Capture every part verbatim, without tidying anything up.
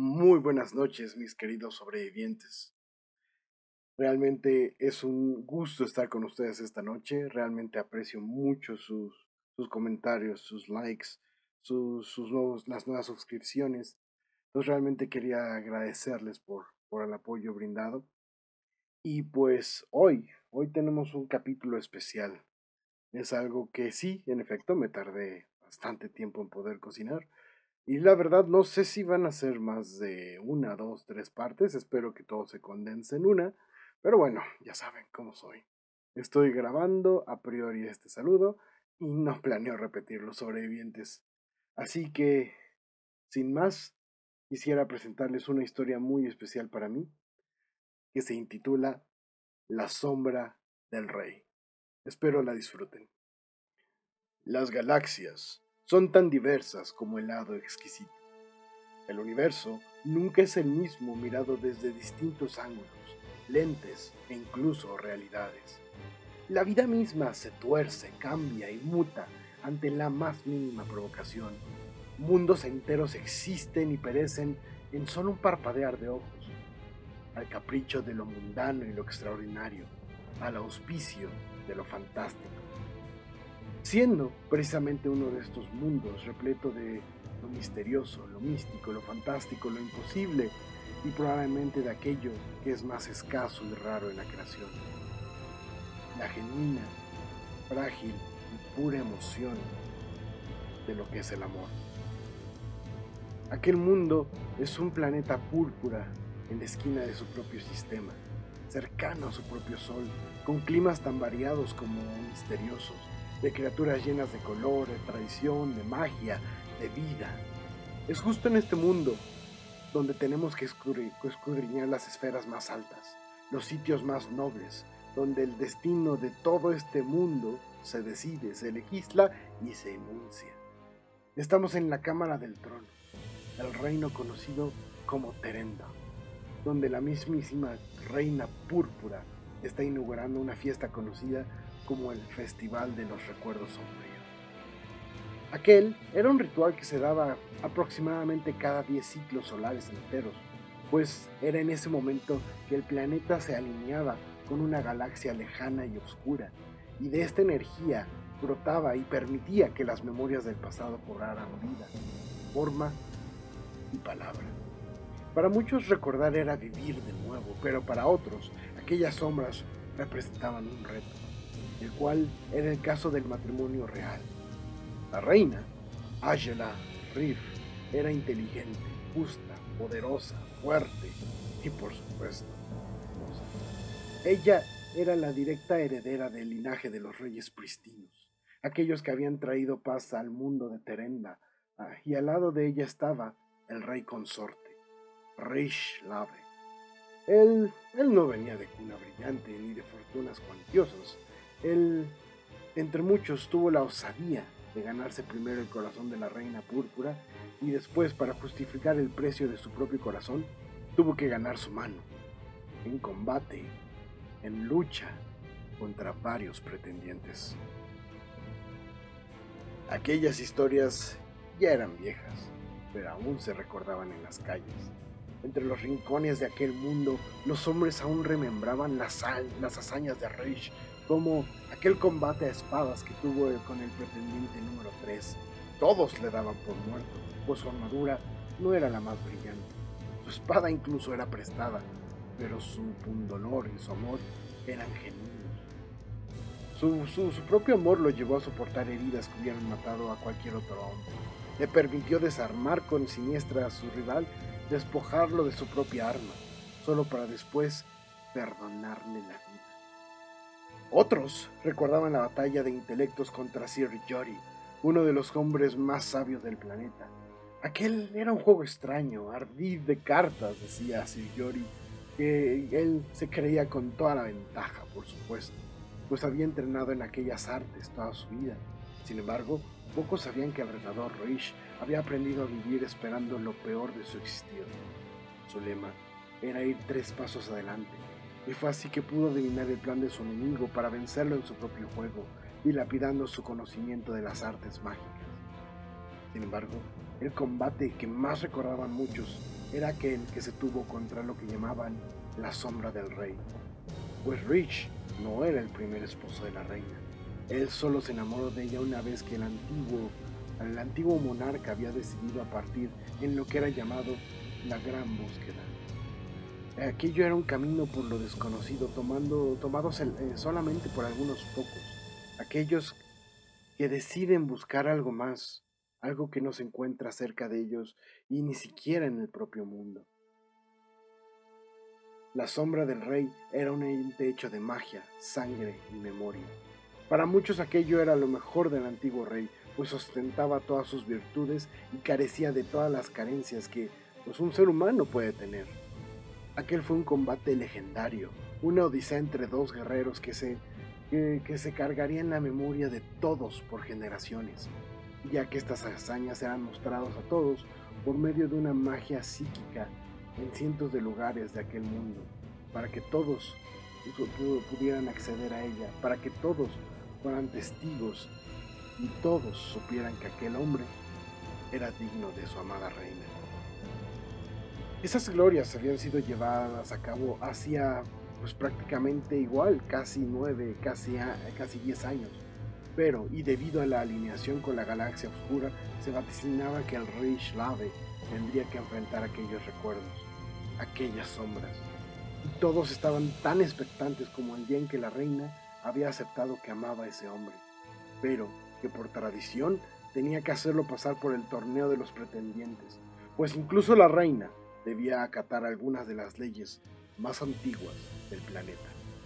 Muy buenas noches, mis queridos sobrevivientes. Realmente es un gusto estar con ustedes esta noche. Realmente aprecio mucho sus, sus comentarios, sus likes, sus, sus nuevos, las nuevas suscripciones. Entonces realmente quería agradecerles por, por el apoyo brindado. Y pues hoy, hoy tenemos un capítulo especial. Es algo que sí, en efecto, me tardé bastante tiempo en poder cocinar. Y la verdad no sé si van a ser más de una, dos, tres partes. Espero que todo se condense en una. Pero bueno, ya saben cómo soy. Estoy grabando a priori este saludo y no planeo repetir los sobrevivientes. Así que, sin más, quisiera presentarles una historia muy especial para mí que se intitula La sombra del rey. Espero la disfruten. Las galaxias son tan diversas como el hado exquisito. El universo nunca es el mismo mirado desde distintos ángulos, lentes e incluso realidades. La vida misma se tuerce, cambia y muta ante la más mínima provocación. Mundos enteros existen y perecen en solo un parpadear de ojos, al capricho de lo mundano y lo extraordinario, al auspicio de lo fantástico. Siendo precisamente uno de estos mundos repleto de lo misterioso, lo místico, lo fantástico, lo imposible y probablemente de aquello que es más escaso y raro en la creación. La genuina, frágil y pura emoción de lo que es el amor. Aquel mundo es un planeta púrpura en la esquina de su propio sistema, cercano a su propio sol, con climas tan variados como misteriosos, de criaturas llenas de color, de tradición, de magia, de vida. Es justo en este mundo donde tenemos que escudriñar las esferas más altas, los sitios más nobles, donde el destino de todo este mundo se decide, se legisla y se enuncia. Estamos en la Cámara del Trono, el reino conocido como Terenda, donde la mismísima Reina Púrpura está inaugurando una fiesta conocida como el Festival de los Recuerdos Sombríos. Aquel era un ritual que se daba aproximadamente cada diez ciclos solares enteros, pues era en ese momento que el planeta se alineaba con una galaxia lejana y oscura, y de esta energía brotaba y permitía que las memorias del pasado cobraran vida, forma y palabra. Para muchos recordar era vivir de nuevo, pero para otros aquellas sombras representaban un reto, el cual era el caso del matrimonio real. La reina, Angela Reeve, era inteligente, justa, poderosa, fuerte y por supuesto hermosa. Ella era la directa heredera del linaje de los reyes pristinos, aquellos que habían traído paz al mundo de Terenda, y al lado de ella estaba el rey consorte, Rish Lave. Él, él no venía de cuna brillante ni de fortunas cuantiosas. Él, entre muchos, tuvo la osadía de ganarse primero el corazón de la reina púrpura y después, para justificar el precio de su propio corazón, tuvo que ganar su mano, en combate, en lucha, contra varios pretendientes. Aquellas historias ya eran viejas, pero aún se recordaban en las calles. Entre los rincones de aquel mundo, los hombres aún remembraban las, las hazañas de Rish, como aquel combate a espadas que tuvo con el pretendiente número tres. Todos le daban por muerto, pues su armadura no era la más brillante. Su espada incluso era prestada, pero su pundonor y su amor eran genuinos. Su, su, su propio amor lo llevó a soportar heridas que hubieran matado a cualquier otro hombre. Le permitió desarmar con siniestra a su rival, despojarlo de su propia arma, solo para después perdonarle la vida. Otros recordaban la batalla de intelectos contra Sir Jory, uno de los hombres más sabios del planeta. Aquel era un juego extraño, ardid de cartas, decía Sir Jory, que él se creía con toda la ventaja, por supuesto, pues había entrenado en aquellas artes toda su vida. Sin embargo, pocos sabían que el retador Rish había aprendido a vivir esperando lo peor de su existir. Su lema era ir tres pasos adelante, y fue así que pudo adivinar el plan de su enemigo para vencerlo en su propio juego, dilapidando su conocimiento de las artes mágicas. Sin embargo, El combate que más recordaban muchos era aquel que se tuvo contra lo que llamaban la sombra del rey. Pues Rich no era el primer esposo de la reina. Él solo se enamoró de ella una vez que el antiguo, el antiguo monarca había decidido a partir en lo que era llamado la Gran Búsqueda. Aquello era un camino por lo desconocido, tomando, tomados el, eh, solamente por algunos pocos, aquellos que deciden buscar algo más, algo que no se encuentra cerca de ellos y ni siquiera en el propio mundo. La sombra del rey era un ente hecho de magia, sangre y memoria. Para muchos aquello era lo mejor del antiguo rey, pues ostentaba todas sus virtudes y carecía de todas las carencias que pues, un ser humano puede tener. Aquel fue un combate legendario, una odisea entre dos guerreros que se, que, que se cargaría en la memoria de todos por generaciones, ya que estas hazañas eran mostradas a todos por medio de una magia psíquica en cientos de lugares de aquel mundo, para que todos pudieran acceder a ella, para que todos fueran testigos y todos supieran que aquel hombre era digno de su amada reina. Esas glorias habían sido llevadas a cabo hacía pues prácticamente igual, casi nueve, casi, a, casi diez años. Pero, y debido a la alineación con la galaxia oscura, se vaticinaba que el rey Shlave tendría que enfrentar aquellos recuerdos, aquellas sombras. Y todos estaban tan expectantes como el día en que la reina había aceptado que amaba a ese hombre, pero que por tradición tenía que hacerlo pasar por el torneo de los pretendientes, pues incluso la reina debía acatar algunas de las leyes más antiguas del planeta.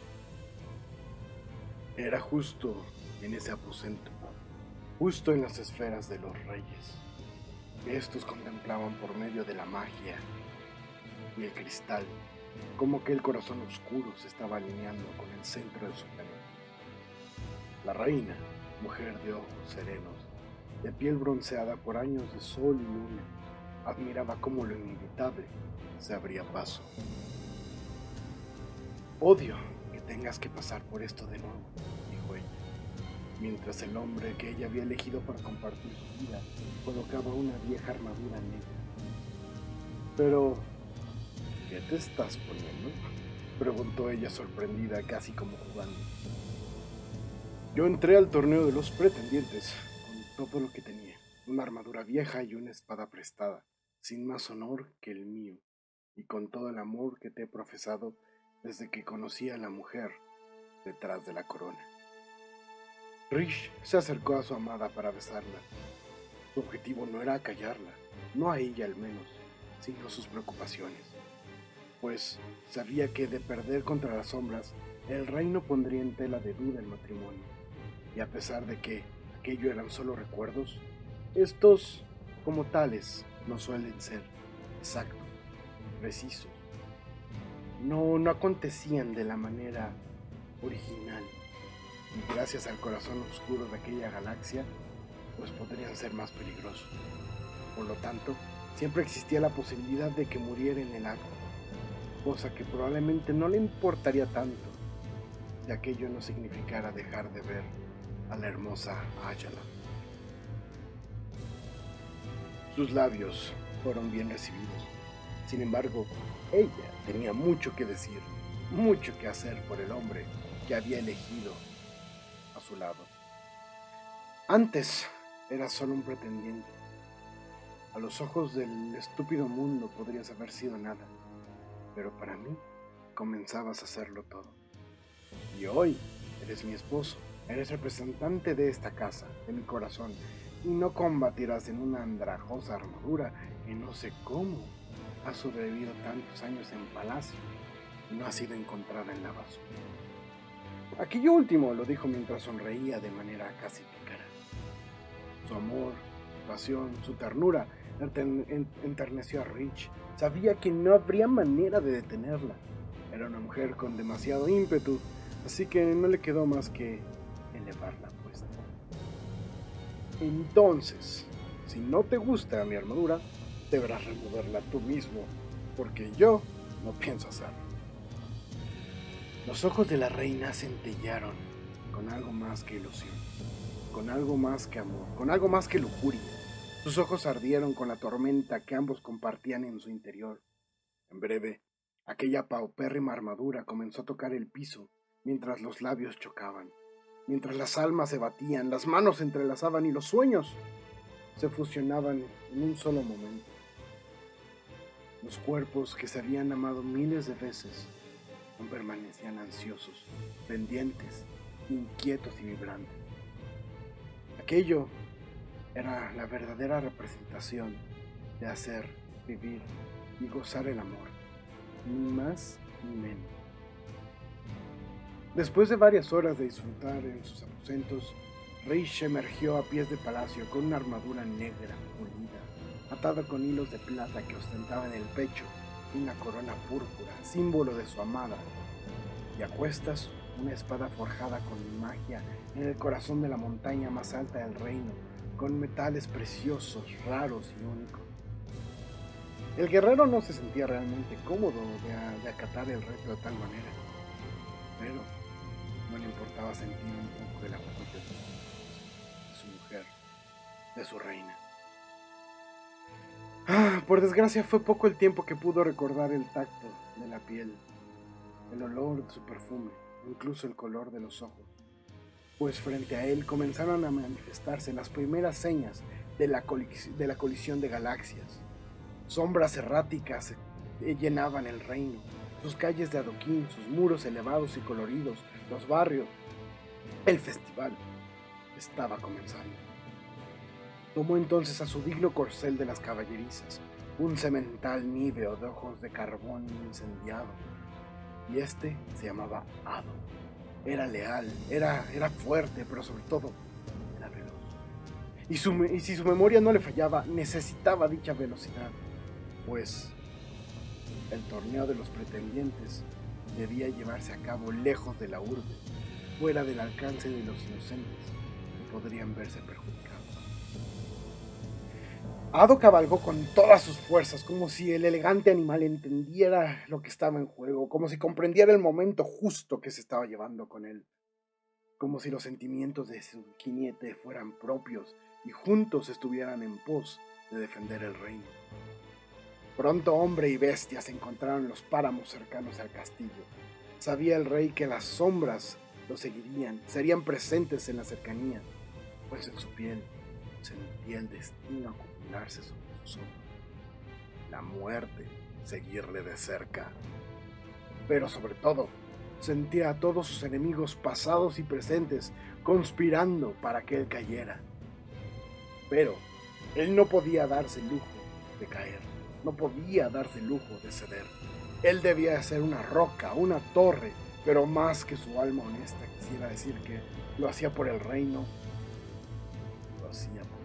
Era justo en ese aposento, justo en las esferas de los reyes, que estos contemplaban por medio de la magia y el cristal, como que el corazón oscuro se estaba alineando con el centro de su planeta. La reina, mujer de ojos serenos, de piel bronceada por años de sol y luna, admiraba cómo lo inevitable se abría paso. Odio que tengas que pasar por esto de nuevo, dijo ella, mientras el hombre que ella había elegido para compartir su vida colocaba una vieja armadura negra. Pero, ¿qué te estás poniendo?, preguntó ella sorprendida, casi como jugando. Yo entré al torneo de los pretendientes con todo lo que tenía, una armadura vieja y una espada prestada, sin más honor que el mío, y con todo el amor que te he profesado desde que conocí a la mujer detrás de la corona. Rish se acercó a su amada para besarla. Su objetivo no era acallarla, no a ella al menos, sino sus preocupaciones, pues sabía que de perder contra las sombras, el reino pondría en tela de duda el matrimonio, y a pesar de que aquello eran solo recuerdos, estos, como tales, no suelen ser exactos, precisos. No, no acontecían de la manera original, y gracias al corazón oscuro de aquella galaxia, pues podrían ser más peligrosos. Por lo tanto, siempre existía la posibilidad de que muriera en el acto, cosa que probablemente no le importaría tanto, si aquello no significara dejar de ver a la hermosa Ayala. Sus labios fueron bien recibidos. Sin embargo, ella tenía mucho que decir, mucho que hacer por el hombre que había elegido a su lado. Antes era solo un pretendiente. A los ojos del estúpido mundo podrías haber sido nada, pero para mí comenzabas a hacerlo todo. Y hoy eres mi esposo, eres representante de esta casa, de mi corazón, y no combatirás en una andrajosa armadura que no sé cómo ha sobrevivido tantos años en palacio y no ha sido encontrada en la basura. Aquello último lo dijo mientras sonreía de manera casi pícara. Su amor, su pasión, su ternura enterneció a Rich. Sabía que no habría manera de detenerla. Era una mujer con demasiado ímpetu, así que no le quedó más que elevar la apuesta. Entonces, si no te gusta mi armadura, deberás removerla tú mismo, porque yo no pienso hacerlo. Los ojos de la reina centellaron con algo más que ilusión, con algo más que amor, con algo más que lujuria. Sus ojos ardieron con la tormenta que ambos compartían en su interior. En breve, aquella paupérrima armadura comenzó a tocar el piso mientras los labios chocaban, mientras las almas se batían, las manos se entrelazaban y los sueños se fusionaban en un solo momento. Los cuerpos que se habían amado miles de veces aún permanecían ansiosos, pendientes, inquietos y vibrantes. Aquello era la verdadera representación de hacer, vivir y gozar el amor, ni más ni menos. Después de varias horas de disfrutar en sus aposentos, Rish emergió a pies de palacio con una armadura negra, pulida, atada con hilos de plata que ostentaba en el pecho y una corona púrpura, símbolo de su amada, y a cuestas una espada forjada con magia en el corazón de la montaña más alta del reino, con metales preciosos, raros y únicos. El guerrero no se sentía realmente cómodo de, de acatar el reto de tal manera, pero no le importaba sentir un poco del apoyo de su mujer, de su reina. Ah, por desgracia fue poco el tiempo que pudo recordar el tacto de la piel, el olor de su perfume, incluso el color de los ojos, pues frente a él comenzaron a manifestarse las primeras señas de la, colis- de la colisión de galaxias. Sombras erráticas llenaban el reino, sus calles de adoquín, sus muros elevados y coloridos, los barrios. El festival estaba comenzando. Tomó entonces a su digno corcel de las caballerizas, un semental níveo de ojos de carbón incendiado, y este se llamaba Ado. Era leal, era, era fuerte, pero sobre todo era veloz. Y, su, y si su memoria no le fallaba, necesitaba dicha velocidad, pues el torneo de los pretendientes debía llevarse a cabo lejos de la urbe, fuera del alcance de los inocentes que podrían verse perjudicados. Ado cabalgó con todas sus fuerzas, como si el elegante animal entendiera lo que estaba en juego, como si comprendiera el momento justo que se estaba llevando con él, como si los sentimientos de su jinete fueran propios y juntos estuvieran en pos de defender el reino. Pronto hombre y bestia se encontraron en los páramos cercanos al castillo. Sabía el rey que las sombras lo seguirían, serían presentes en la cercanía, pues en su piel sentía el destino acumularse sobre sus ojos, la muerte seguirle de cerca. Pero sobre todo, sentía a todos sus enemigos pasados y presentes conspirando para que él cayera. Pero él no podía darse el lujo de caer, no podía darse el lujo de ceder. Él debía ser una roca, una torre, pero más que su alma honesta quisiera decir que lo hacía por el reino, lo hacía por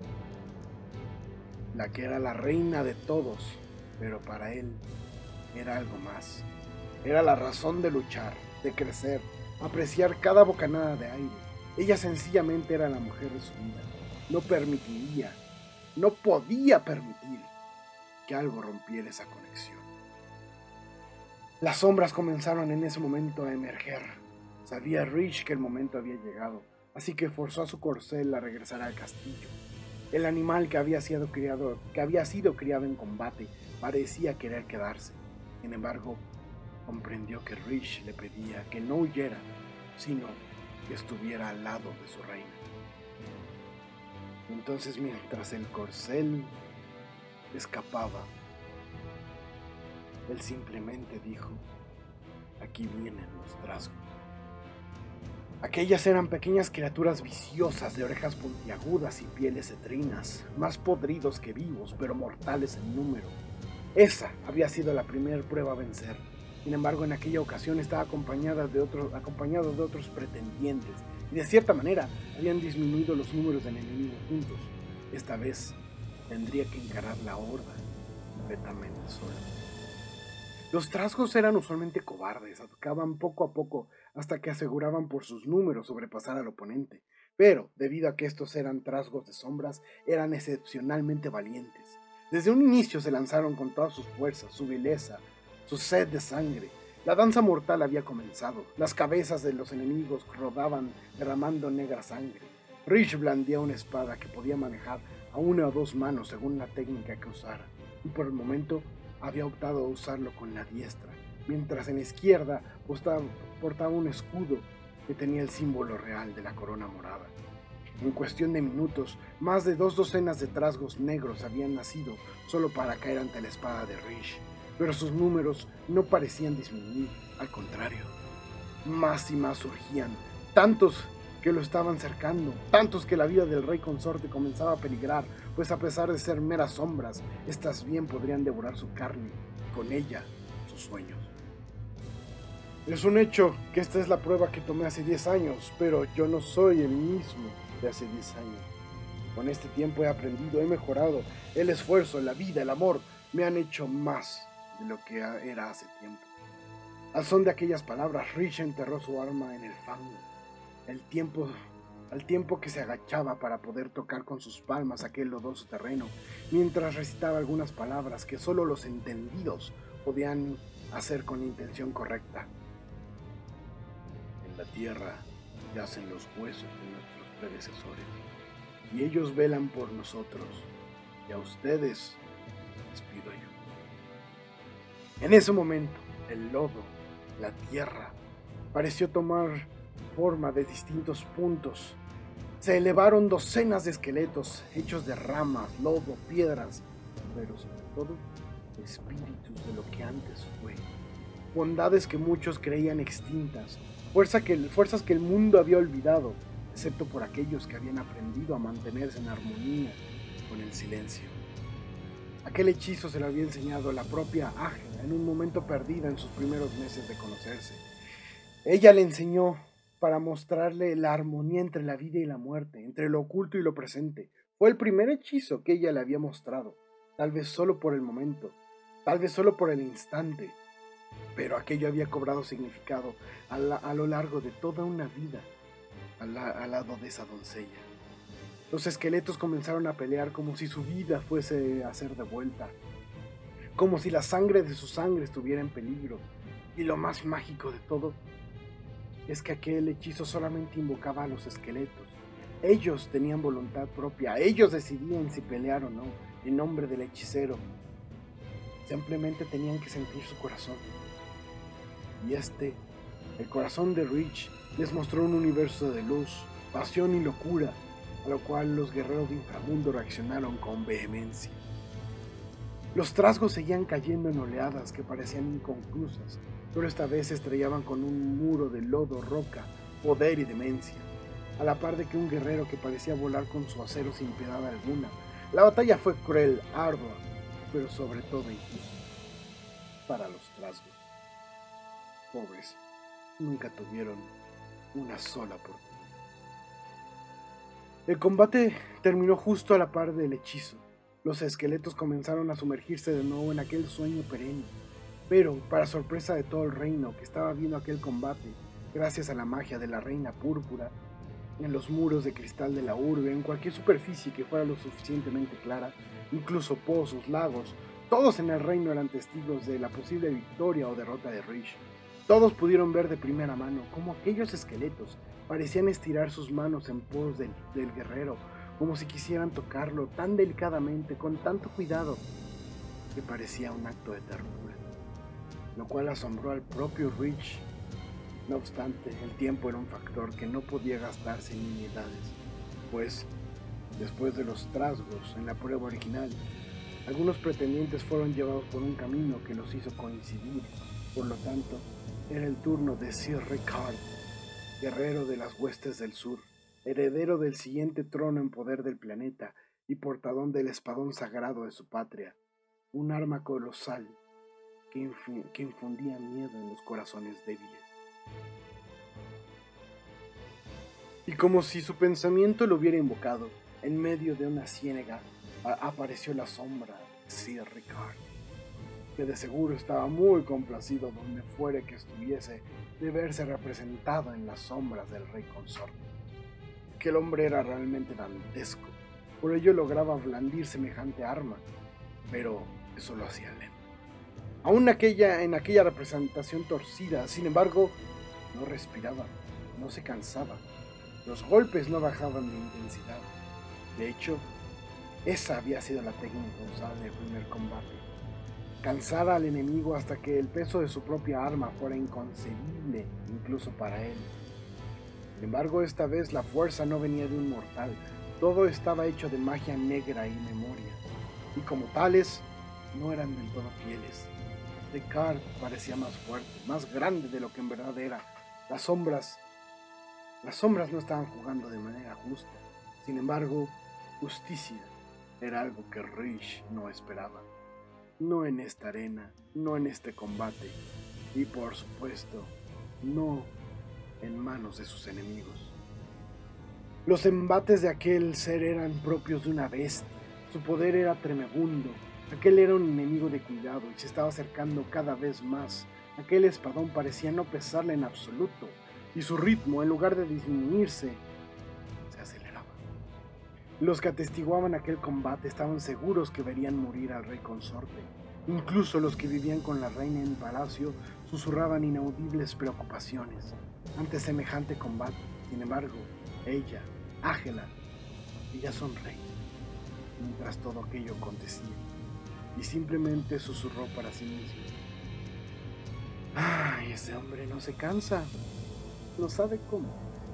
la que era la reina de todos, pero para él era algo más. Era la razón de luchar, de crecer, apreciar cada bocanada de aire. Ella sencillamente era la mujer de su vida. No permitiría, no podía permitir que algo rompiera esa conexión. Las sombras comenzaron en ese momento a emerger. Sabía Rich que el momento había llegado, así que forzó a su corcel a regresar al castillo. El animal que había sido criado, que había sido criado en combate parecía querer quedarse. Sin embargo, comprendió que Rich le pedía que no huyera, sino que estuviera al lado de su reina. Entonces, mientras el corcel escapaba, él simplemente dijo: aquí vienen los trasgos. Aquellas eran pequeñas criaturas viciosas de orejas puntiagudas y pieles cetrinas, más podridos que vivos, pero mortales en número. Esa había sido la primera prueba a vencer. Sin embargo, en aquella ocasión estaba acompañada de otros, acompañado de otros pretendientes, y de cierta manera habían disminuido los números de enemigos juntos. Esta vez tendría que encarar la horda completamente sola. Los trasgos eran usualmente cobardes, atacaban poco a poco hasta que aseguraban por sus números sobrepasar al oponente, pero debido a que estos eran trasgos de sombras, eran excepcionalmente valientes. Desde un inicio se lanzaron con todas sus fuerzas, su vileza, su sed de sangre. La danza mortal había comenzado, las cabezas de los enemigos rodaban derramando negra sangre. Rich blandía una espada que podía manejar a una o dos manos según la técnica que usara, y por el momento había optado a usarlo con la diestra, mientras en la izquierda portaba un escudo que tenía el símbolo real de la corona morada. En cuestión de minutos, más de dos docenas de trasgos negros habían nacido solo para caer ante la espada de Rish, pero sus números no parecían disminuir, al contrario. Más y más surgían, tantos que lo estaban cercando, tantos que la vida del rey consorte comenzaba a peligrar, pues a pesar de ser meras sombras, estas bien podrían devorar su carne, y con ella sus sueños. Es un hecho que esta es la prueba que tomé hace diez años, pero yo no soy el mismo de hace diez años. Con este tiempo he aprendido, he mejorado. El esfuerzo, la vida, el amor me han hecho más de lo que era hace tiempo. Al son de aquellas palabras, Rish enterró su arma en el fango. El tiempo, al tiempo que se agachaba para poder tocar con sus palmas aquel lodoso terreno, mientras recitaba algunas palabras que solo los entendidos podían hacer con la intención correcta. En la tierra yacen los huesos de nuestros predecesores, y ellos velan por nosotros, y a ustedes les pido ayuda. En ese momento, el lodo, la tierra, pareció tomar forma de distintos puntos. Se elevaron docenas de esqueletos hechos de ramas, lodo, piedras, pero sobre todo espíritus de lo que antes fue. Bondades que muchos creían extintas, fuerza que, fuerzas que el mundo había olvidado, excepto por aquellos que habían aprendido a mantenerse en armonía con el silencio. Aquel hechizo se lo había enseñado la propia Ágena en un momento perdida en sus primeros meses de conocerse. Ella le enseñó para mostrarle la armonía entre la vida y la muerte, entre lo oculto y lo presente. Fue el primer hechizo que ella le había mostrado, tal vez solo por el momento, tal vez solo por el instante, pero aquello había cobrado significado a, la, a lo largo de toda una vida al, la, al lado de esa doncella. Los esqueletos comenzaron a pelear como si su vida fuese a ser devuelta, como si la sangre de su sangre estuviera en peligro, y lo más mágico de todo es que aquel hechizo solamente invocaba a los esqueletos. Ellos tenían voluntad propia, ellos decidían si pelear o no, en nombre del hechicero. Simplemente tenían que sentir su corazón. Y este, el corazón de Rish, les mostró un universo de luz, pasión y locura, a lo cual los guerreros de inframundo reaccionaron con vehemencia. Los trasgos seguían cayendo en oleadas que parecían inconclusas, pero esta vez se estrellaban con un muro de lodo, roca, poder y demencia, a la par de que un guerrero que parecía volar con su acero sin piedad alguna. La batalla fue cruel, ardua, pero sobre todo injusta para los trasgos. Pobres, nunca tuvieron una sola oportunidad. El combate terminó justo a la par del hechizo. Los esqueletos comenzaron a sumergirse de nuevo en aquel sueño perenne, pero, para sorpresa de todo el reino que estaba viendo aquel combate, gracias a la magia de la reina púrpura, en los muros de cristal de la urbe, en cualquier superficie que fuera lo suficientemente clara, incluso pozos, lagos, todos en el reino eran testigos de la posible victoria o derrota de Rish. Todos pudieron ver de primera mano cómo aquellos esqueletos parecían estirar sus manos en pos del, del guerrero, como si quisieran tocarlo tan delicadamente, con tanto cuidado, que parecía un acto de ternura, lo cual asombró al propio Rish. No obstante, el tiempo era un factor que no podía gastarse en nimiedades, pues, después de los trasgos en la prueba original, algunos pretendientes fueron llevados por un camino que los hizo coincidir. Por lo tanto, era el turno de Sir Ricard, guerrero de las huestes del sur, heredero del siguiente trono en poder del planeta y portador del espadón sagrado de su patria, un arma colosal que, inf- que infundía miedo en los corazones débiles. Y como si su pensamiento lo hubiera invocado, en medio de una ciénaga a- apareció la sombra de Sir Ricard, que de seguro estaba muy complacido donde fuera que estuviese de verse representado en las sombras del rey consorte. Aquel hombre era realmente dantesco, por ello lograba blandir semejante arma, pero eso lo hacía lento. Aún aquella, en aquella representación torcida, sin embargo, no respiraba, no se cansaba. Los golpes no bajaban de intensidad. De hecho, Esa había sido la técnica usada en el primer combate. Cansar al enemigo hasta que el peso de su propia arma fuera inconcebible incluso para él. Sin embargo, esta vez la fuerza no venía de un mortal. Todo estaba hecho de magia negra y memoria. Y como tales, no eran del todo fieles. Descartes parecía más fuerte, más grande de lo que en verdad era. Las sombras, las sombras no estaban jugando de manera justa. Sin embargo, justicia era algo que Rish no esperaba. No en esta arena, no en este combate. Y por supuesto, no en manos de sus enemigos. Los embates de aquel ser eran propios de una bestia. Su poder era tremebundo. Aquel era un enemigo de cuidado y se estaba acercando cada vez más. Aquel espadón parecía no pesarle en absoluto, y su ritmo, en lugar de disminuirse, se aceleraba. Los que atestiguaban aquel combate estaban seguros que verían morir al rey consorte. Incluso los que vivían con la reina en el palacio susurraban inaudibles preocupaciones ante semejante combate. Sin embargo, ella, Ángela, ella sonreía mientras todo aquello acontecía y simplemente susurró para sí mismo: ¡ay, ese hombre no se cansa! No sabe cómo.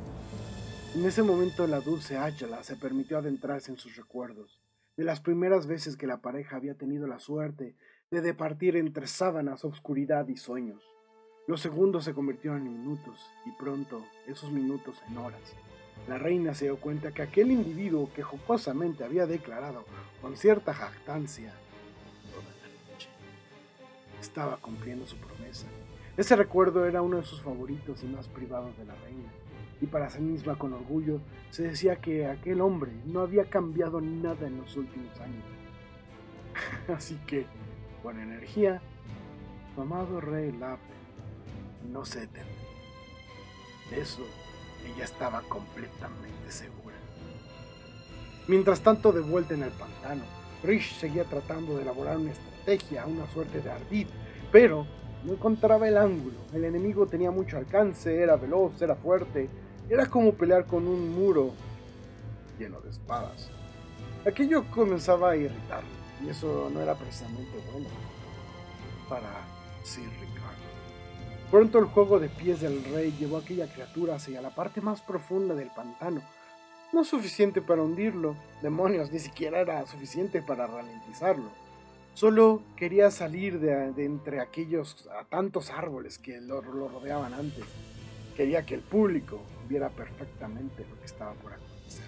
En ese momento la dulce Ángela se permitió adentrarse en sus recuerdos, de las primeras veces que la pareja había tenido la suerte de departir entre sábanas, obscuridad y sueños. Los segundos se convirtieron en minutos, y pronto esos minutos en horas. La reina se dio cuenta que aquel individuo que jocosamente había declarado con cierta jactancia toda la noche estaba cumpliendo su promesa. Ese recuerdo era uno de sus favoritos y más privados de la reina, y para sí misma con orgullo se decía que aquel hombre no había cambiado nada en los últimos años. Así que, con energía, su amado rey Lape no se detendría. De eso ella estaba completamente segura. Mientras tanto, de vuelta en el pantano, Rish seguía tratando de elaborar una estrategia, una suerte de ardid, pero no encontraba el ángulo. El enemigo tenía mucho alcance, era veloz, era fuerte, era como pelear con un muro lleno de espadas. Aquello comenzaba a irritarlo, y eso no era precisamente bueno para Sir Ricardo. Pronto el juego de pies del rey llevó a aquella criatura hacia la parte más profunda del pantano. No suficiente para hundirlo, demonios, ni siquiera era suficiente para ralentizarlo. Solo quería salir de, de entre aquellos a tantos árboles que lo, lo rodeaban antes. Quería que el público viera perfectamente lo que estaba por acontecer.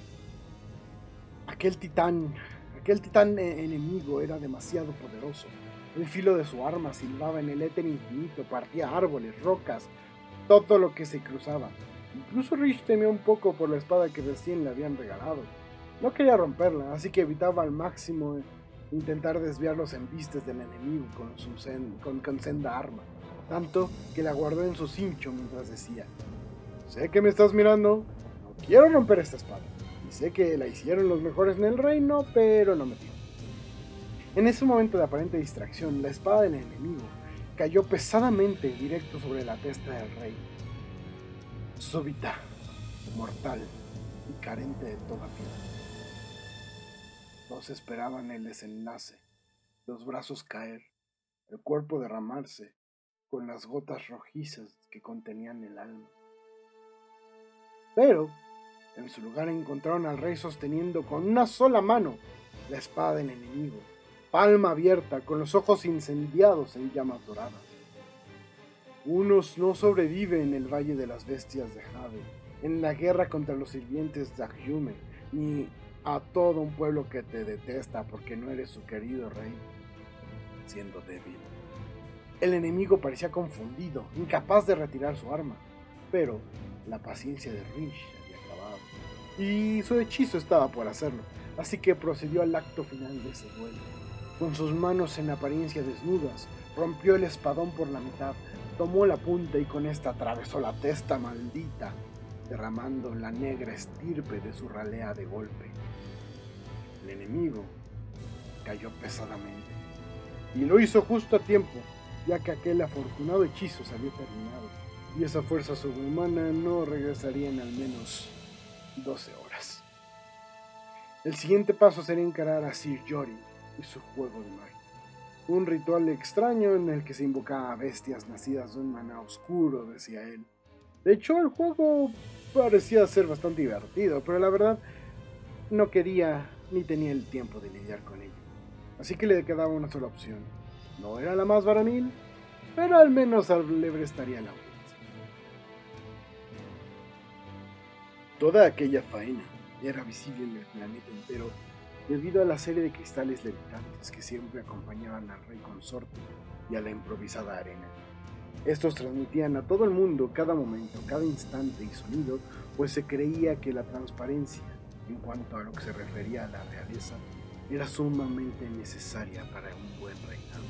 Aquel titán, aquel titán enemigo era demasiado poderoso. El filo de su arma silbaba en el éter infinito, partía árboles, rocas, todo lo que se cruzaba. Incluso Rish temía un poco por la espada que recién le habían regalado. No quería romperla, así que evitaba al máximo intentar desviar los embistes del enemigo con su sen, con, con senda arma, tanto que la guardó en su cincho mientras decía: sé que me estás mirando, no quiero romper esta espada, y sé que la hicieron los mejores en el reino, pero no me fijo. En ese momento de aparente distracción, la espada del enemigo cayó pesadamente directo sobre la testa del rey. Súbita, mortal y carente de toda piedad. Todos esperaban el desenlace, los brazos caer, el cuerpo derramarse con las gotas rojizas que contenían el alma. Pero, en su lugar encontraron al rey sosteniendo con una sola mano la espada del enemigo, palma abierta, con los ojos incendiados en llamas doradas. Unos no sobreviven en el Valle de las Bestias de Jade, en la guerra contra los sirvientes de Ahyume, ni a todo un pueblo que te detesta porque no eres su querido rey, siendo débil. El enemigo parecía confundido, incapaz de retirar su arma, pero la paciencia de Rish había acabado, y su hechizo estaba por hacerlo, así que procedió al acto final de ese duelo. Con sus manos en apariencia desnudas, rompió el espadón por la mitad, tomó la punta y con esta atravesó la testa maldita, derramando la negra estirpe de su ralea de golpe. El enemigo cayó pesadamente, y lo hizo justo a tiempo, ya que aquel afortunado hechizo se había terminado, y esa fuerza sobrehumana no regresaría en al menos doce horas. El siguiente paso sería encarar a Sir Jorih y su juego de magia. Un ritual extraño en el que se invocaba a bestias nacidas de un maná oscuro, decía él. De hecho, el juego parecía ser bastante divertido, pero la verdad no quería ni tenía el tiempo de lidiar con ello. Así que le quedaba una sola opción. No era la más varonil, pero al menos le prestaría la audiencia. Toda aquella faena era visible en el planeta entero debido a la serie de cristales levitantes que siempre acompañaban al rey consorte y a la improvisada arena. Estos transmitían a todo el mundo cada momento, cada instante y sonido, pues se creía que la transparencia, en cuanto a lo que se refería a la realeza, era sumamente necesaria para un buen reinado.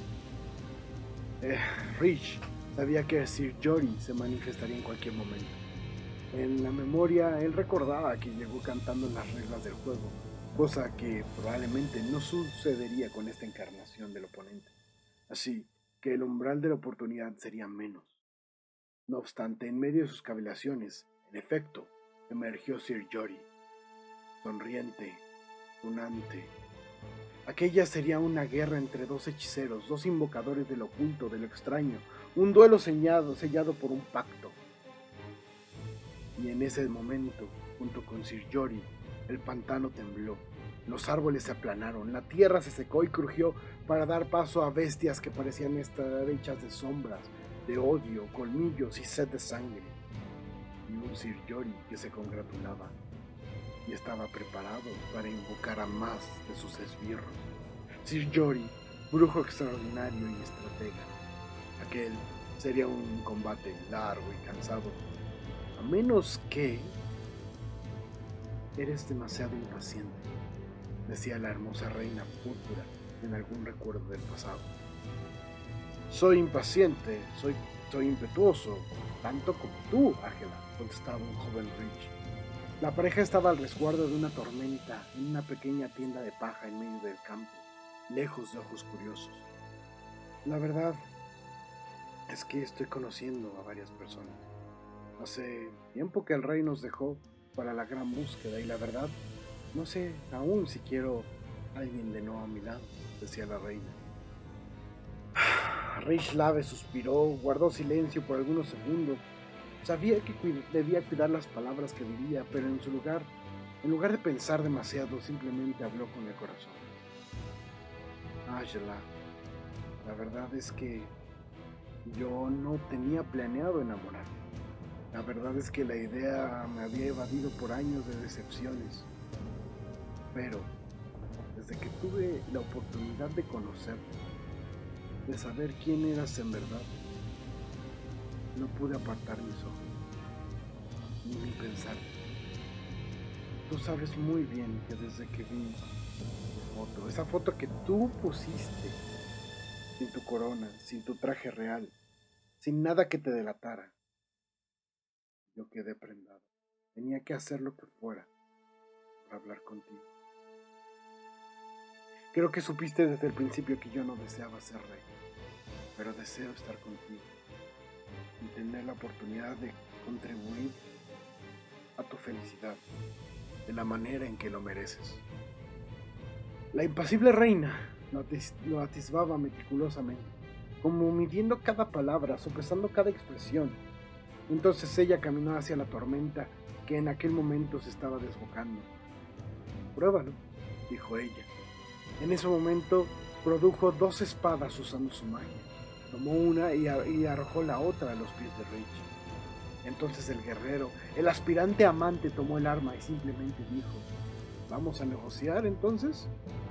Eh, Rich sabía que Sir Jorih se manifestaría en cualquier momento. En la memoria, él recordaba que llegó cantando las reglas del juego, cosa que probablemente no sucedería con esta encarnación del oponente. Así que el umbral de la oportunidad sería menos. No obstante, en medio de sus cavilaciones, en efecto, emergió Sir Jorih, sonriente, tunante. Aquella sería una guerra entre dos hechiceros, dos invocadores del oculto, de lo extraño, un duelo sellado, sellado por un pacto. Y en ese momento, junto con Sir Jorih, el pantano tembló, los árboles se aplanaron, la tierra se secó y crujió para dar paso a bestias que parecían estar hechas de sombras, de odio, colmillos y sed de sangre. Y un Sir Jorih que se congratulaba y estaba preparado para invocar a más de sus esbirros. Sir Jorih, brujo extraordinario y estratega. Aquel sería un combate largo y cansado, a menos que... Eres demasiado impaciente, decía la hermosa reina púrpura en algún recuerdo del pasado. Soy impaciente, soy, soy impetuoso, tanto como tú, Ángela, contestaba un joven Rich. La pareja estaba al resguardo de una tormenta en una pequeña tienda de paja en medio del campo, lejos de ojos curiosos. La verdad es que estoy conociendo a varias personas. Hace tiempo que el rey nos dejó para la gran búsqueda y la verdad, no sé aún si quiero a alguien de nuevo a mi lado, decía la reina. Rich Lave suspiró, guardó silencio por algunos segundos. Sabía que cuid- debía cuidar las palabras que diría, pero en su lugar, en lugar de pensar demasiado, simplemente habló con el corazón. Ángela, la verdad es que yo no tenía planeado enamorarme. La verdad es que la idea me había evadido por años de decepciones. Pero desde que tuve la oportunidad de conocerte, de saber quién eras en verdad, no pude apartar mis ojos, ni mi pensar. Tú sabes muy bien que desde que vi tu foto, esa foto que tú pusiste, sin tu corona, sin tu traje real, sin nada que te delatara, yo quedé prendado. Tenía que hacer lo que fuera para hablar contigo. Creo que supiste desde el principio que yo no deseaba ser rey, pero deseo estar contigo y tener la oportunidad de contribuir a tu felicidad de la manera en que lo mereces. La impasible reina lo, atis- lo atisbaba meticulosamente, como midiendo cada palabra, sopesando cada expresión. Entonces ella caminó hacia la tormenta que en aquel momento se estaba desbocando. Pruébalo, dijo ella. En ese momento produjo dos espadas usando su magia. Tomó una y, a- y arrojó la otra a los pies de Rich. Entonces el guerrero, el aspirante amante, tomó el arma y simplemente dijo: ¿Vamos a negociar entonces?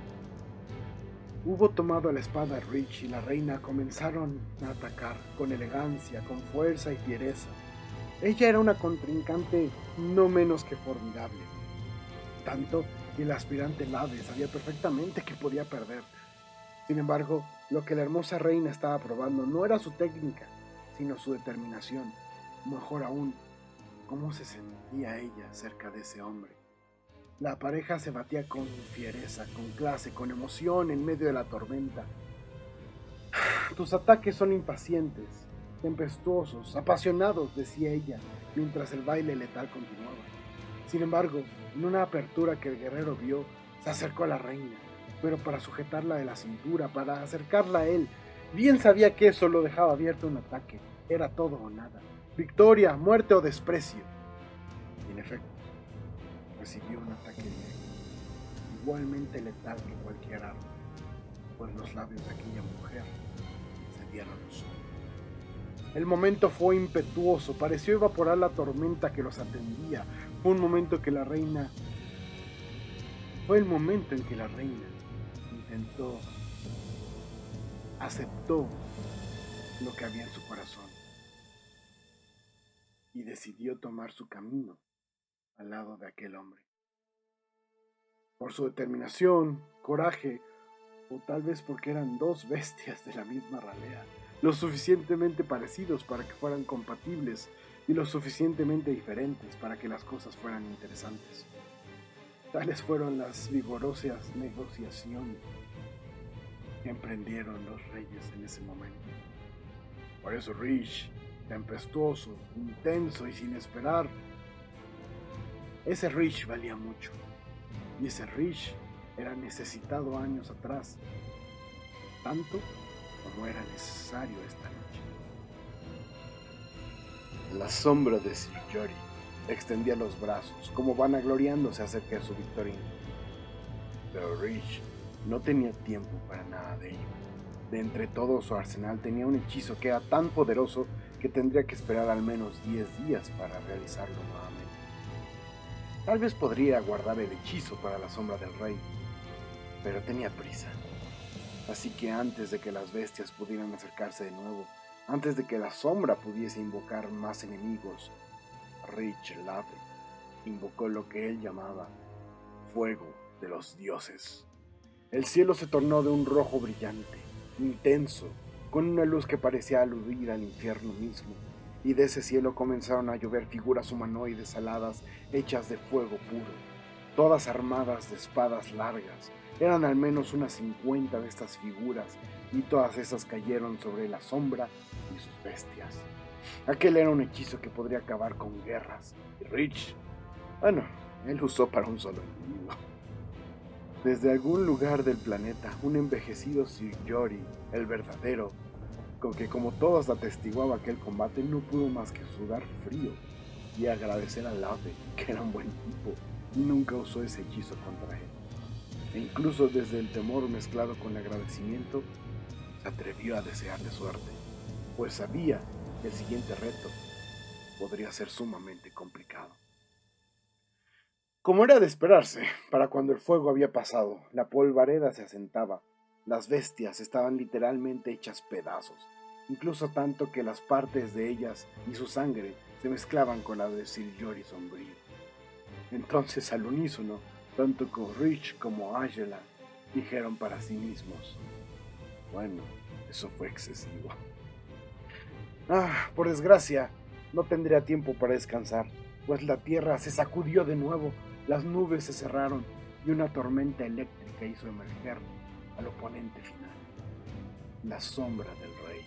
Hubo tomado la espada Rich y la reina comenzaron a atacar con elegancia, con fuerza y fiereza. Ella era una contrincante no menos que formidable, tanto que el aspirante Lave sabía perfectamente que podía perder. Sin embargo, lo que la hermosa reina estaba probando no era su técnica, sino su determinación. Mejor aún, cómo se sentía ella cerca de ese hombre. La pareja se batía con fiereza, con clase, con emoción en medio de la tormenta. Tus ataques son impacientes, tempestuosos, apasionados, decía ella, mientras el baile letal continuaba. Sin embargo, en una apertura que el guerrero vio, se acercó a la reina, pero para sujetarla de la cintura, para acercarla a él. Bien sabía que eso lo dejaba abierto a un ataque. Era todo o nada. Victoria, muerte o desprecio. Y en efecto, recibió un ataque directo, igualmente letal que cualquier arma, pues los labios de aquella mujer se dieron los ojos. El momento fue impetuoso, pareció evaporar la tormenta que los atendía. Fue un momento que la reina... Fue el momento en que la reina intentó, aceptó lo que había en su corazón y decidió tomar su camino al lado de aquel hombre. Por su determinación, coraje, o tal vez porque eran dos bestias de la misma ralea, lo suficientemente parecidos para que fueran compatibles y lo suficientemente diferentes para que las cosas fueran interesantes. Tales fueron las vigorosas negociaciones que emprendieron los reyes en ese momento. Por eso Rich, tempestuoso, intenso y sin esperar, ese Rich valía mucho. Y ese Rich era necesitado años atrás, tanto como era necesario esta noche. La sombra de Sir Jory extendía los brazos, como vanagloriándose acerca de su victoria. Pero Rich no tenía tiempo para nada de ello. De entre todo su arsenal tenía un hechizo que era tan poderoso que tendría que esperar al menos diez días para realizarlo nuevamente. Tal vez podría guardar el hechizo para la sombra del rey, pero tenía prisa. Así que antes de que las bestias pudieran acercarse de nuevo, antes de que la sombra pudiese invocar más enemigos, Rich Lave invocó lo que él llamaba fuego de los dioses. El cielo se tornó de un rojo brillante, intenso, con una luz que parecía aludir al infierno mismo, y de ese cielo comenzaron a llover figuras humanoides aladas hechas de fuego puro, todas armadas de espadas largas. Eran al menos unas cincuenta de estas figuras, y todas esas cayeron sobre la sombra y sus bestias. Aquel era un hechizo que podría acabar con guerras, y Rich, bueno, él usó para un solo individuo. Desde algún lugar del planeta, un envejecido Sir Jory, el verdadero, con que como todos atestiguaba aquel combate, no pudo más que sudar frío y agradecer al ave, que era un buen tipo, y nunca usó ese hechizo contra él. E incluso desde el temor mezclado con agradecimiento, se atrevió a desearle suerte, pues sabía que el siguiente reto podría ser sumamente complicado. Como era de esperarse, para cuando el fuego había pasado, la polvareda se asentaba. Las bestias estaban literalmente hechas pedazos, incluso tanto que las partes de ellas y su sangre se mezclaban con la de Sir Jory sombrío. Entonces, al unísono, tanto como Rich como Angela dijeron para sí mismos: bueno, eso fue excesivo. Ah, por desgracia, no tendría tiempo para descansar, pues la tierra se sacudió de nuevo, las nubes se cerraron y una tormenta eléctrica hizo emerger al oponente final, la sombra del rey.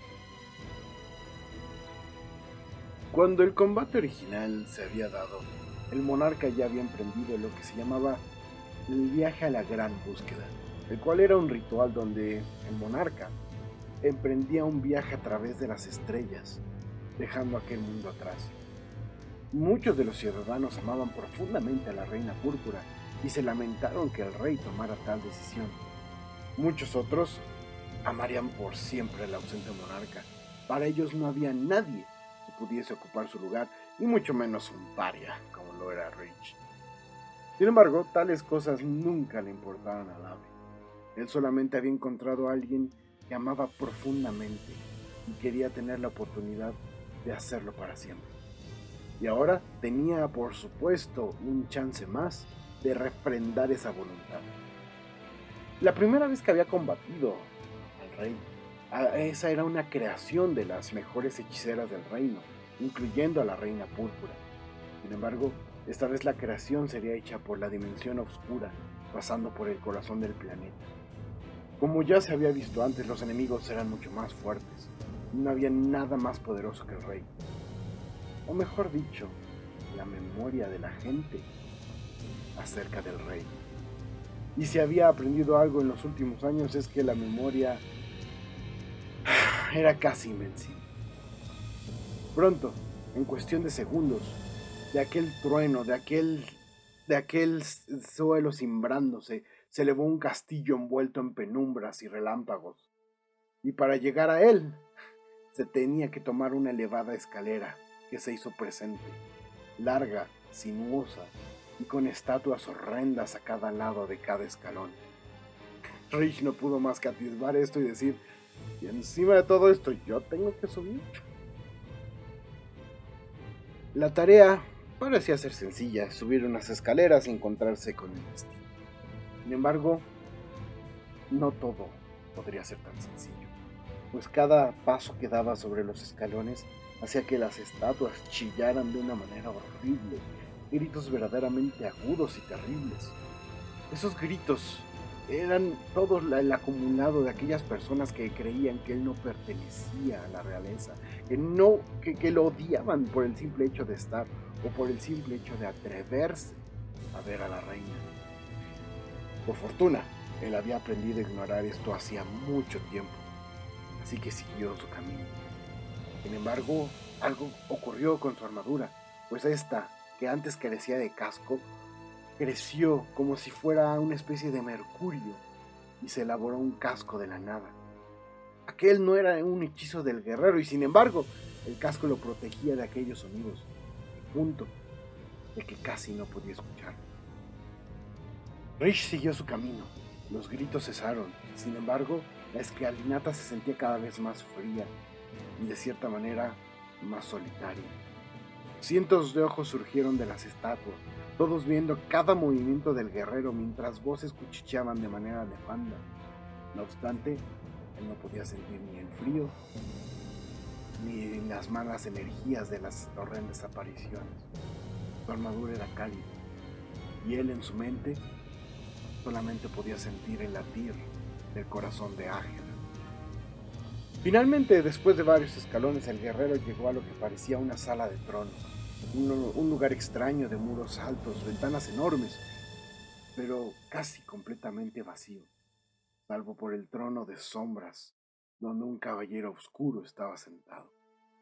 Cuando el combate original se había dado, el monarca ya había emprendido lo que se llamaba el viaje a la gran búsqueda, el cual era un ritual donde el monarca emprendía un viaje a través de las estrellas, dejando aquel mundo atrás. Muchos de los ciudadanos amaban profundamente a la reina púrpura y se lamentaron que el rey tomara tal decisión. Muchos otros amarían por siempre al ausente monarca. Para ellos no había nadie que pudiese ocupar su lugar, y mucho menos un paria como lo era Rich. Sin embargo, tales cosas nunca le importaron al ave. Él solamente había encontrado a alguien que amaba profundamente y quería tener la oportunidad de hacerlo para siempre. Y ahora tenía, por supuesto, un chance más de refrendar esa voluntad. La primera vez que había combatido al rey, esa era una creación de las mejores hechiceras del reino, incluyendo a la reina púrpura. Sin embargo, esta vez la creación sería hecha por la dimensión oscura, pasando por el corazón del planeta. Como ya se había visto antes, los enemigos eran mucho más fuertes. No había nada más poderoso que el rey. O mejor dicho, la memoria de la gente acerca del rey. Y si había aprendido algo en los últimos años es que la memoria era casi invencible. Pronto, en cuestión de segundos, de aquel trueno, de aquel, de aquel suelo cimbrándose, se elevó un castillo envuelto en penumbras y relámpagos. Y para llegar a él, se tenía que tomar una elevada escalera que se hizo presente, larga, sinuosa y con estatuas horrendas a cada lado de cada escalón. Rich no pudo más que atisbar esto y decir, y encima de todo esto, ¿yo tengo que subir? La tarea parecía ser sencilla, subir unas escaleras y encontrarse con el destino. Sin embargo, no todo podría ser tan sencillo, pues cada paso que daba sobre los escalones hacía que las estatuas chillaran de una manera horrible, gritos verdaderamente agudos y terribles. Esos gritos eran todo el acumulado de aquellas personas que creían que él no pertenecía a la realeza, que, no, que, que lo odiaban por el simple hecho de estar o por el simple hecho de atreverse a ver a la reina. Por fortuna, él había aprendido a ignorar esto hacía mucho tiempo, así que siguió su camino. Sin embargo, algo ocurrió con su armadura, pues esta, que antes carecía de casco, creció como si fuera una especie de mercurio y se elaboró un casco de la nada. Aquel no era un hechizo del guerrero y sin embargo el casco lo protegía de aquellos sonidos, al punto de que casi no podía escuchar. Rich siguió su camino, los gritos cesaron, sin embargo la escalinata se sentía cada vez más fría y de cierta manera más solitaria. Cientos de ojos surgieron de las estatuas, todos viendo cada movimiento del guerrero mientras voces cuchicheaban de manera nefanda. No obstante, él no podía sentir ni el frío ni las malas energías de las horrendas apariciones. Su armadura era cálida y él en su mente solamente podía sentir el latir del corazón de Ágela. Finalmente, después de varios escalones, el guerrero llegó a lo que parecía una sala de trono. Un, un lugar extraño de muros altos, ventanas enormes, pero casi completamente vacío, salvo por el trono de sombras, donde un caballero oscuro estaba sentado.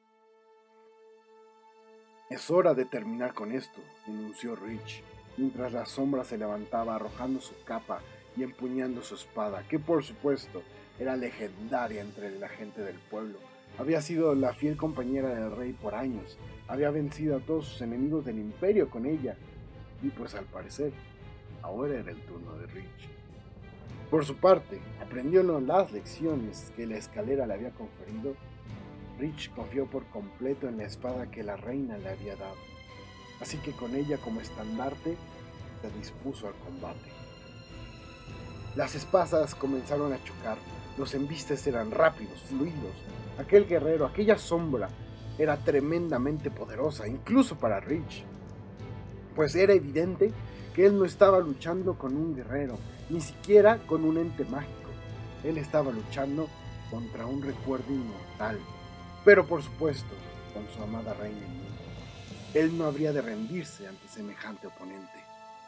Es hora de terminar con esto, anunció Rich, mientras la sombra se levantaba arrojando su capa y empuñando su espada, que por supuesto era legendaria entre la gente del pueblo. Había sido la fiel compañera del rey por años, había vencido a todos sus enemigos del imperio con ella, y pues al parecer, ahora era el turno de Rich. Por su parte, aprendiendo las lecciones que la escalera le había conferido, Rich confió por completo en la espada que la reina le había dado, así que con ella como estandarte, se dispuso al combate. Las espadas comenzaron a chocar, los embistes eran rápidos, fluidos. Aquel guerrero, aquella sombra, era tremendamente poderosa, incluso para Rich, pues era evidente que él no estaba luchando con un guerrero, ni siquiera con un ente mágico. Él estaba luchando contra un recuerdo inmortal, pero por supuesto, con su amada reina en mente. Él no habría de rendirse ante semejante oponente.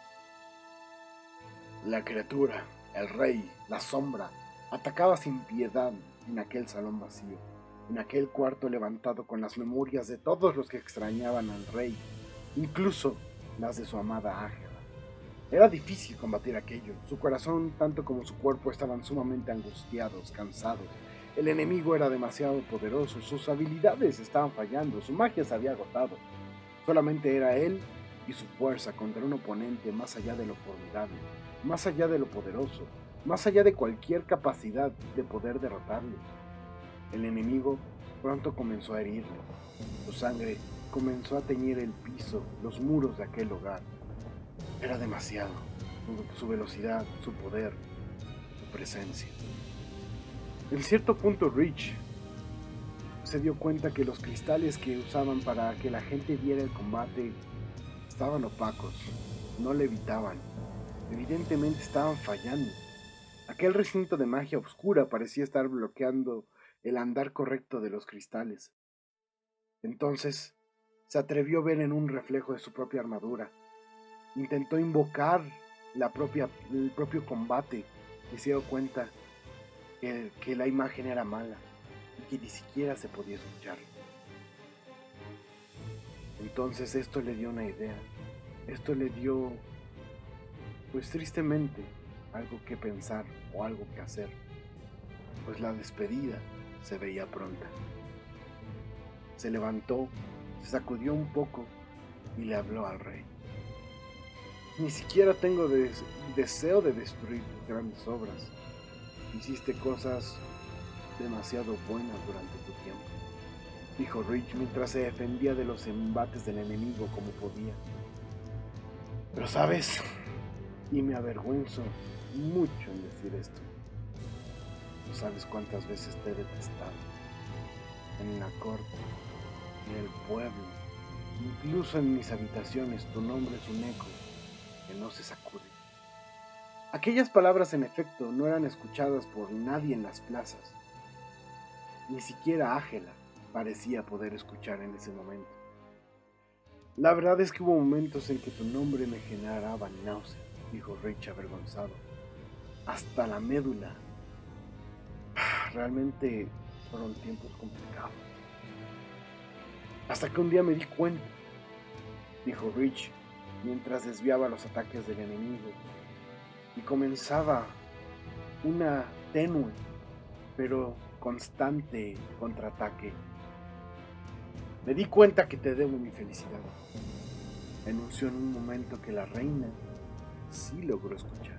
La criatura, el rey, la sombra, atacaba sin piedad en aquel salón vacío, en aquel cuarto levantado con las memorias de todos los que extrañaban al rey, incluso las de su amada Ágela. Era difícil combatir aquello, su corazón tanto como su cuerpo estaban sumamente angustiados, cansados. El enemigo era demasiado poderoso, sus habilidades estaban fallando, su magia se había agotado. Solamente era él y su fuerza contra un oponente más allá de lo formidable, más allá de lo poderoso, más allá de cualquier capacidad de poder derrotarlo. El enemigo pronto comenzó a herirlo. Su sangre comenzó a teñir el piso, los muros de aquel hogar. Era demasiado, su velocidad, su poder, su presencia. En cierto punto Rich se dio cuenta que los cristales que usaban para que la gente viera el combate estaban opacos, no levitaban, evidentemente estaban fallando. Aquel recinto de magia oscura parecía estar bloqueando el andar correcto de los cristales. Entonces se atrevió a ver en un reflejo de su propia armadura. Intentó invocar la propia, el propio combate y se dio cuenta que, que la imagen era mala y que ni siquiera se podía escuchar. Entonces esto le dio una idea. Esto le dio, pues tristemente, algo que pensar o algo que hacer, pues la despedida se veía pronta. Se levantó, se sacudió un poco y le habló al rey. Ni siquiera tengo des- deseo de destruir tus grandes obras. Hiciste cosas demasiado buenas durante tu tiempo, dijo Rich mientras se defendía de los embates del enemigo como podía. Pero sabes, y me avergüenzo mucho en decir esto, no sabes cuántas veces te he detestado, en la corte, en el pueblo, incluso en mis habitaciones tu nombre es un eco que no se sacude. Aquellas palabras en efecto no eran escuchadas por nadie en las plazas, ni siquiera Ángela parecía poder escuchar en ese momento. La verdad es que hubo momentos en que tu nombre me generaba náusea, dijo Rich avergonzado, hasta la médula. Realmente fueron tiempos complicados. Hasta que un día me di cuenta, dijo Rich, mientras desviaba los ataques del enemigo, y comenzaba una tenue, pero constante contraataque. Me di cuenta que te debo mi felicidad. Anunció en un momento que la reina sí logró escuchar.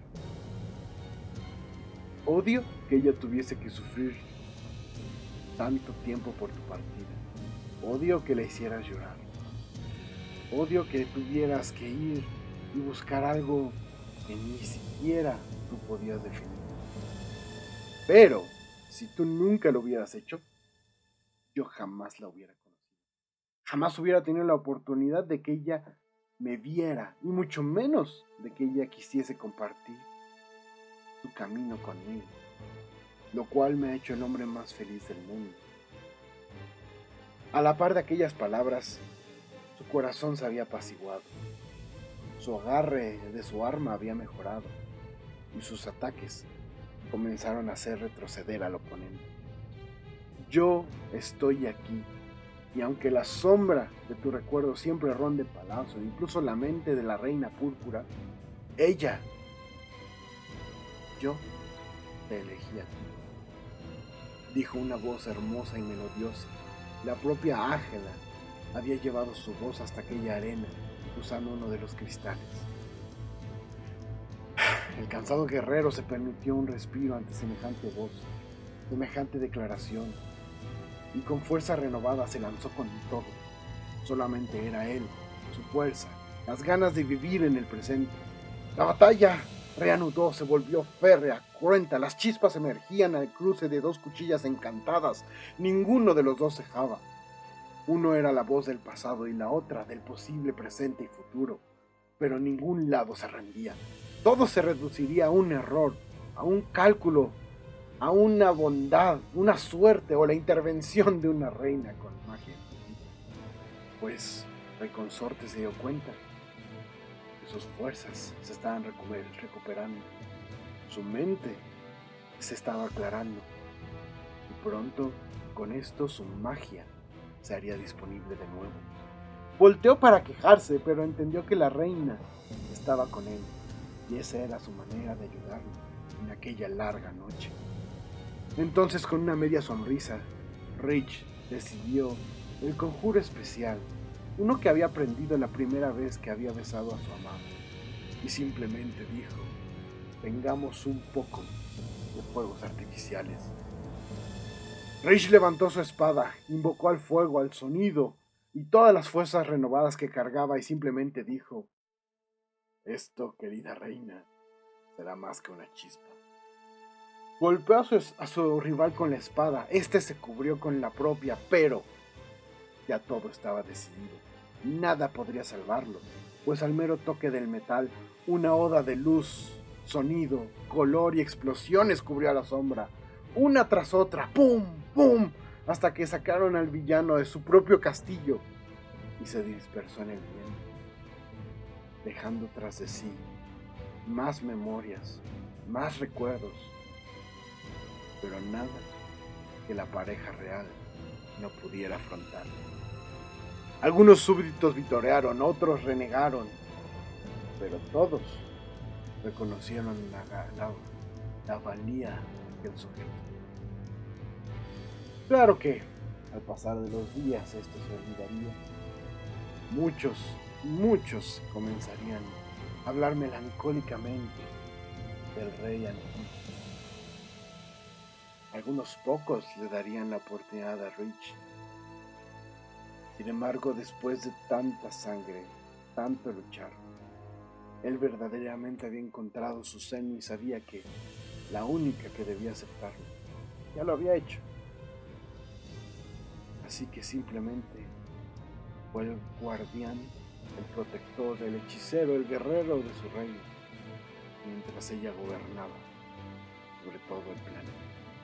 Odio que ella tuviese que sufrir tanto tiempo por tu partida. Odio que la hicieras llorar. Odio que tuvieras que ir y buscar algo que ni siquiera tú podías definir. Pero, si tú nunca lo hubieras hecho, yo jamás la hubiera conocido. Jamás hubiera tenido la oportunidad de que ella me viera, y mucho menos de que ella quisiese compartir su camino conmigo, lo cual me ha hecho el hombre más feliz del mundo. A la par de aquellas palabras, su corazón se había apaciguado, su agarre de su arma había mejorado, y sus ataques comenzaron a hacer retroceder al oponente. Yo estoy aquí, y aunque la sombra de tu recuerdo siempre ronde palacio, incluso la mente de la reina púrpura, ella, yo te elegí a ti, dijo una voz hermosa y melodiosa. La propia Ángela había llevado su voz hasta aquella arena, usando uno de los cristales. El cansado guerrero se permitió un respiro ante semejante voz, semejante declaración, y con fuerza renovada se lanzó con todo. Solamente era él, su fuerza, las ganas de vivir en el presente. La batalla reanudó, se volvió férrea, cruenta, las chispas emergían al cruce de dos cuchillas encantadas. Ninguno de los dos cejaba. Uno era la voz del pasado y la otra del posible presente y futuro, pero ningún lado se rendía. Todo se reduciría a un error, a un cálculo, a una bondad, una suerte o la intervención de una reina con magia. Pues el consorte se dio cuenta que sus fuerzas se estaban recuperando, su mente se estaba aclarando y pronto con esto su magia se haría disponible de nuevo. Volteó para quejarse, pero entendió que la reina estaba con él y esa era su manera de ayudarlo en aquella larga noche. Entonces, con una media sonrisa, Rich decidió el conjuro especial, uno que había aprendido la primera vez que había besado a su amado, y simplemente dijo: tengamos un poco de fuegos artificiales. Rich levantó su espada, invocó al fuego, al sonido y todas las fuerzas renovadas que cargaba y simplemente dijo: esto, querida reina, será más que una chispa. Golpeó a su, a su rival con la espada, este se cubrió con la propia, pero ya todo estaba decidido. Nada podría salvarlo, pues al mero toque del metal, una oda de luz, sonido, color y explosiones cubrió a la sombra, una tras otra, ¡pum! ¡Pum! Hasta que sacaron al villano de su propio castillo y se dispersó en el viento. dejando tras de sí más memorias, más recuerdos, pero nada que la pareja real no pudiera afrontar. Algunos súbditos vitorearon, otros renegaron, pero todos reconocieron la, la, la valía de aquel sujeto. Claro que al pasar de los días esto se olvidaría. Muchos, muchos comenzarían a hablar melancólicamente del rey antiguo. Algunos pocos le darían la oportunidad a Rich. Sin embargo, después de tanta sangre, tanto luchar, él verdaderamente había encontrado su zen y sabía que la única que debía aceptarlo ya lo había hecho. Así que simplemente fue el guardián, el protector, el hechicero, el guerrero de su reino, mientras ella gobernaba sobre todo el planeta.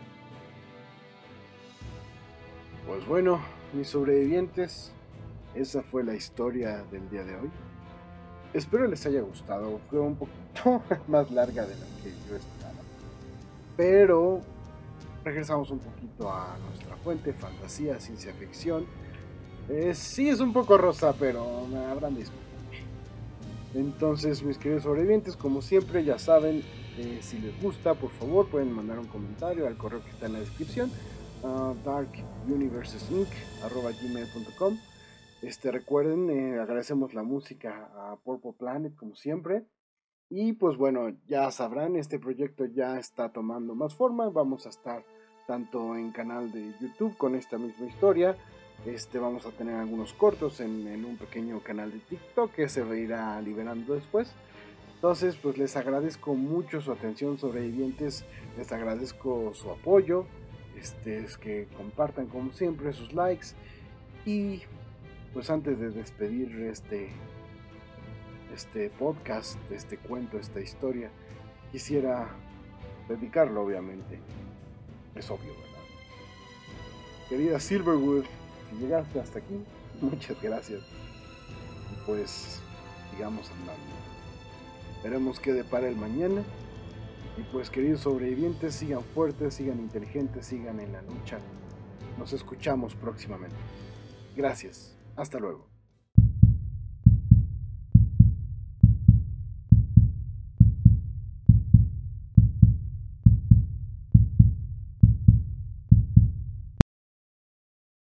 Pues bueno, mis sobrevivientes, esa fue la historia del día de hoy. Espero les haya gustado, fue un poquito más larga de lo que yo esperaba. Pero regresamos un poquito a nuestra fuente, fantasía, ciencia ficción. Eh, sí es un poco rosa, pero me habrán disculpado. Entonces, mis queridos sobrevivientes, como siempre, ya saben, eh, si les gusta, por favor, pueden mandar un comentario al correo que está en la descripción, uh, dark universes inc arroba gmail punto com. Este, recuerden, eh, agradecemos la música a Purple Planet, como siempre. Y pues bueno, ya sabrán, este proyecto ya está tomando más forma. Vamos a estar tanto en canal de YouTube con esta misma historia. Este, vamos a tener algunos cortos en, en un pequeño canal de TikTok que se irá liberando después. Entonces, pues les agradezco mucho su atención, sobrevivientes. Les agradezco su apoyo. Este, es que compartan como siempre sus likes. Y pues antes de despedir este, este podcast, este cuento, esta historia, quisiera dedicarlo, obviamente. Es obvio, ¿verdad? Querida Silverwood, si llegaste hasta aquí, muchas gracias. Y pues, sigamos andando. Veremos qué depara el mañana. Y pues, queridos sobrevivientes, sigan fuertes, sigan inteligentes, sigan en la lucha. Nos escuchamos próximamente. Gracias. Hasta luego.